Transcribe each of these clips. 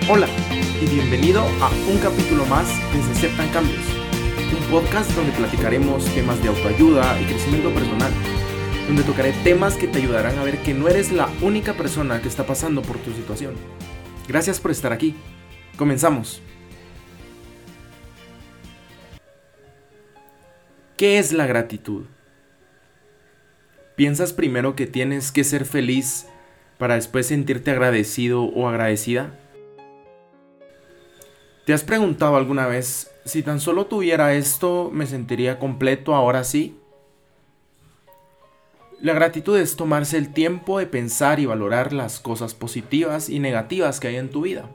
Hola y bienvenido a un capítulo más de Se Aceptan Cambios, un podcast donde platicaremos temas de autoayuda y crecimiento personal, donde tocaré temas que te ayudarán a ver que no eres la única persona que está pasando por tu situación. Gracias por estar aquí. Comenzamos. ¿Qué es la gratitud? ¿Piensas primero que tienes que ser feliz para después sentirte agradecido o agradecida? ¿Te has preguntado alguna vez, si tan solo tuviera esto, me sentiría completo ahora sí? La gratitud es tomarse el tiempo de pensar y valorar las cosas positivas y negativas que hay en tu vida.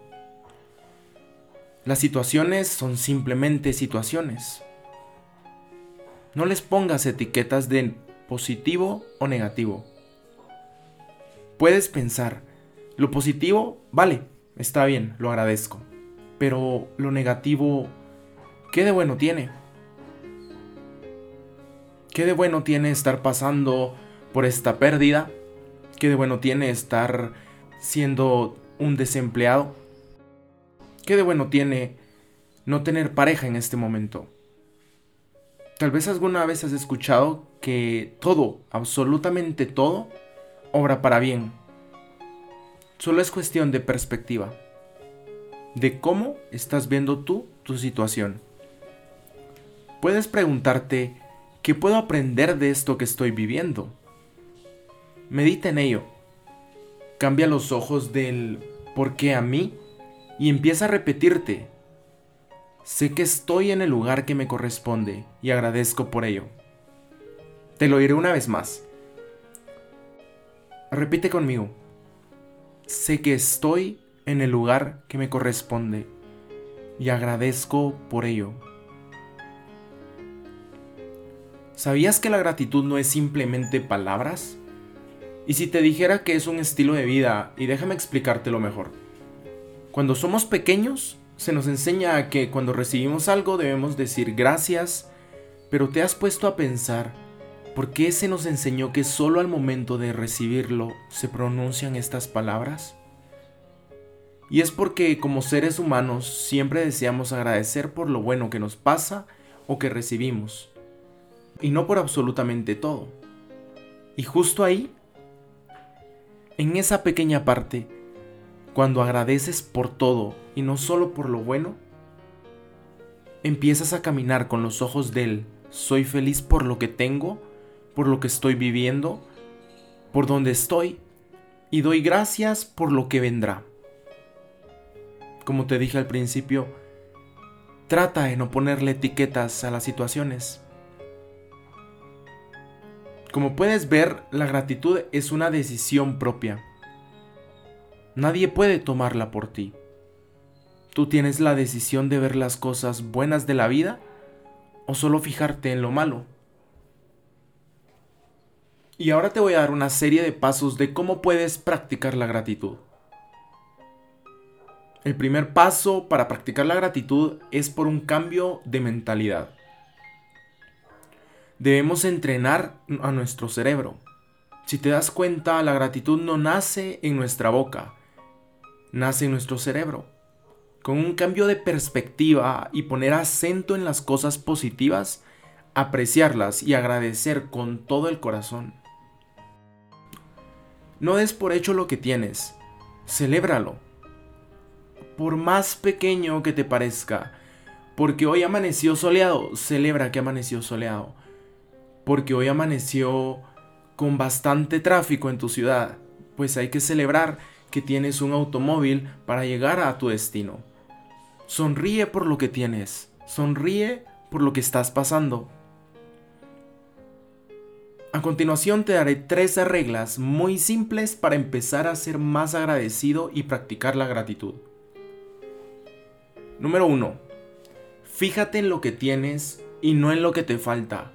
Las situaciones son simplemente situaciones. No les pongas etiquetas de positivo o negativo. Puedes pensar, lo positivo, vale, está bien, lo agradezco. Pero lo negativo, ¿qué de bueno tiene? ¿Qué de bueno tiene estar pasando por esta pérdida? ¿Qué de bueno tiene estar siendo un desempleado? ¿Qué de bueno tiene no tener pareja en este momento? Tal vez alguna vez has escuchado que todo, absolutamente todo, obra para bien. Solo es cuestión de perspectiva, de cómo estás viendo tú tu situación. Puedes preguntarte, ¿qué puedo aprender de esto que estoy viviendo? Medita en ello. Cambia los ojos del ¿por qué a mí? Y empieza a repetirte, sé que estoy en el lugar que me corresponde y agradezco por ello. Te lo diré una vez más. Repite conmigo, sé que estoy en el lugar que me corresponde y agradezco por ello. ¿Sabías que la gratitud no es simplemente palabras? Y si te dijera que es un estilo de vida, y déjame explicártelo mejor. Cuando somos pequeños, se nos enseña a que cuando recibimos algo debemos decir gracias, pero ¿te has puesto a pensar por qué se nos enseñó que solo al momento de recibirlo se pronuncian estas palabras? Y es porque como seres humanos siempre deseamos agradecer por lo bueno que nos pasa o que recibimos, y no por absolutamente todo. Y justo ahí, en esa pequeña parte, cuando agradeces por todo y no solo por lo bueno, empiezas a caminar con los ojos del soy feliz por lo que tengo, por lo que estoy viviendo, por donde estoy, y doy gracias por lo que vendrá. Como te dije al principio, trata de no ponerle etiquetas a las situaciones. Como puedes ver, la gratitud es una decisión propia. Nadie puede tomarla por ti. Tú tienes la decisión de ver las cosas buenas de la vida o solo fijarte en lo malo. Y ahora te voy a dar una serie de pasos de cómo puedes practicar la gratitud. El primer paso para practicar la gratitud es por un cambio de mentalidad. Debemos entrenar a nuestro cerebro. Si te das cuenta, la gratitud no nace en nuestra boca, nace en nuestro cerebro. Con un cambio de perspectiva y poner acento en las cosas positivas, apreciarlas y agradecer con todo el corazón. No des por hecho lo que tienes, celébralo. Por más pequeño que te parezca, porque hoy amaneció soleado, celebra que amaneció soleado. Porque hoy amaneció con bastante tráfico en tu ciudad, pues hay que celebrar que tienes un automóvil para llegar a tu destino. Sonríe por lo que tienes, sonríe por lo que estás pasando. A continuación te daré 3 reglas muy simples para empezar a ser más agradecido y practicar la gratitud. Número 1. Fíjate en lo que tienes y no en lo que te falta.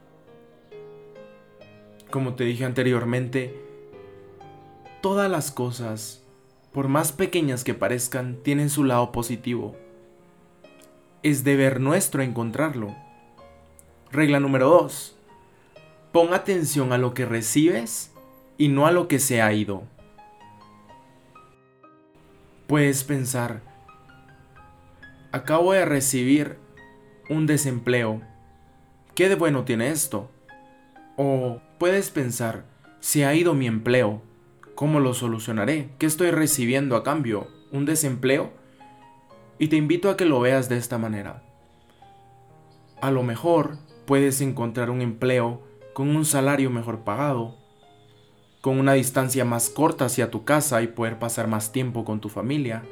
Como te dije anteriormente, todas las cosas, por más pequeñas que parezcan, tienen su lado positivo. Es deber nuestro encontrarlo. Regla número 2. Pon atención a lo que recibes y no a lo que se ha ido. Puedes pensar, acabo de recibir un desempleo. ¿Qué de bueno tiene esto? O puedes pensar, se ha ido mi empleo. ¿Cómo lo solucionaré? ¿Qué estoy recibiendo a cambio? ¿Un desempleo? Y te invito a que lo veas de esta manera. A lo mejor puedes encontrar un empleo con un salario mejor pagado, con una distancia más corta hacia tu casa y poder pasar más tiempo con tu familia.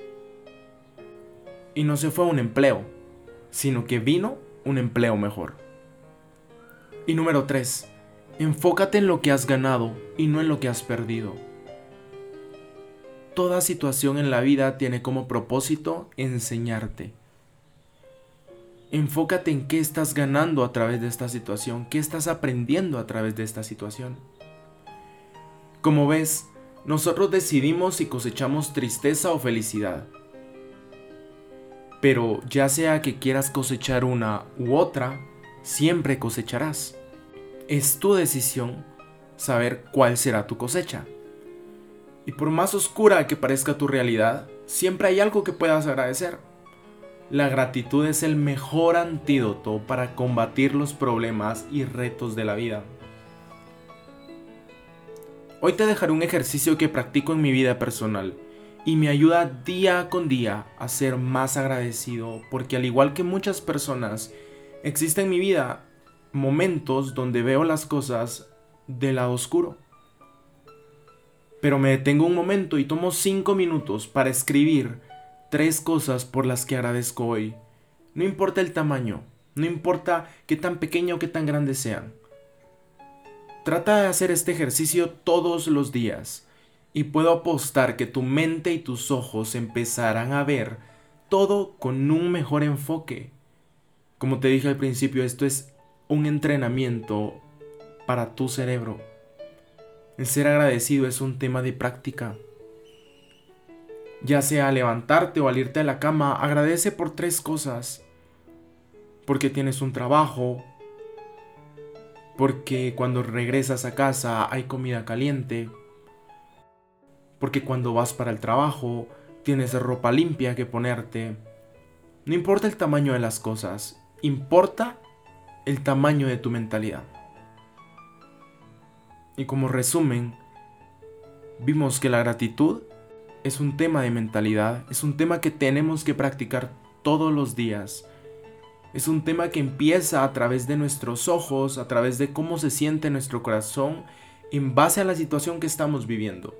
Y no se fue un empleo, sino que vino un empleo mejor. Y número 3, enfócate en lo que has ganado y no en lo que has perdido. Toda situación en la vida tiene como propósito enseñarte. Enfócate en qué estás ganando a través de esta situación, qué estás aprendiendo a través de esta situación. Como ves, nosotros decidimos si cosechamos tristeza o felicidad. Pero ya sea que quieras cosechar una u otra, siempre cosecharás. Es tu decisión saber cuál será tu cosecha. Y por más oscura que parezca tu realidad, siempre hay algo que puedas agradecer. La gratitud es el mejor antídoto para combatir los problemas y retos de la vida. Hoy te dejaré un ejercicio que practico en mi vida personal y me ayuda día con día a ser más agradecido, porque al igual que muchas personas, existen en mi vida momentos donde veo las cosas del lado oscuro. Pero me detengo un momento y tomo 5 minutos para escribir 3 cosas por las que agradezco hoy. No importa el tamaño, no importa qué tan pequeño o qué tan grande sean. Trata de hacer este ejercicio todos los días y puedo apostar que tu mente y tus ojos empezarán a ver todo con un mejor enfoque. Como te dije al principio, esto es un entrenamiento para tu cerebro. El ser agradecido es un tema de práctica. Ya sea al levantarte o al irte a la cama, agradece por 3 cosas. Porque tienes un trabajo, porque cuando regresas a casa hay comida caliente, porque cuando vas para el trabajo tienes ropa limpia que ponerte. No importa el tamaño de las cosas, importa el tamaño de tu mentalidad. Y como resumen, vimos que la gratitud es un tema de mentalidad, es un tema que tenemos que practicar todos los días. Es un tema que empieza a través de nuestros ojos, a través de cómo se siente nuestro corazón, en base a la situación que estamos viviendo.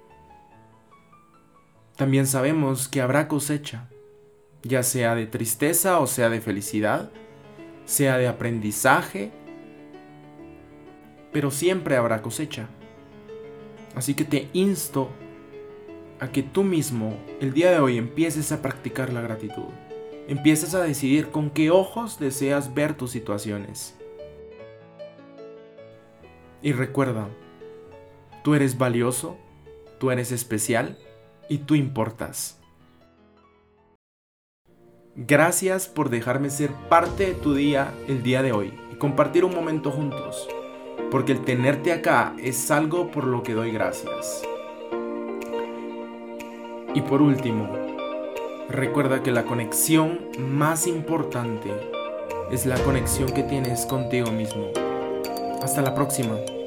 También sabemos que habrá cosecha, ya sea de tristeza o sea de felicidad, sea de aprendizaje, pero siempre habrá cosecha. Así que te insto a que tú mismo el día de hoy empieces a practicar la gratitud. Empieces a decidir con qué ojos deseas ver tus situaciones. Y recuerda, tú eres valioso, tú eres especial y tú importas. Gracias por dejarme ser parte de tu día el día de hoy y compartir un momento juntos, porque el tenerte acá es algo por lo que doy gracias. Y por último, recuerda que la conexión más importante es la conexión que tienes contigo mismo. Hasta la próxima.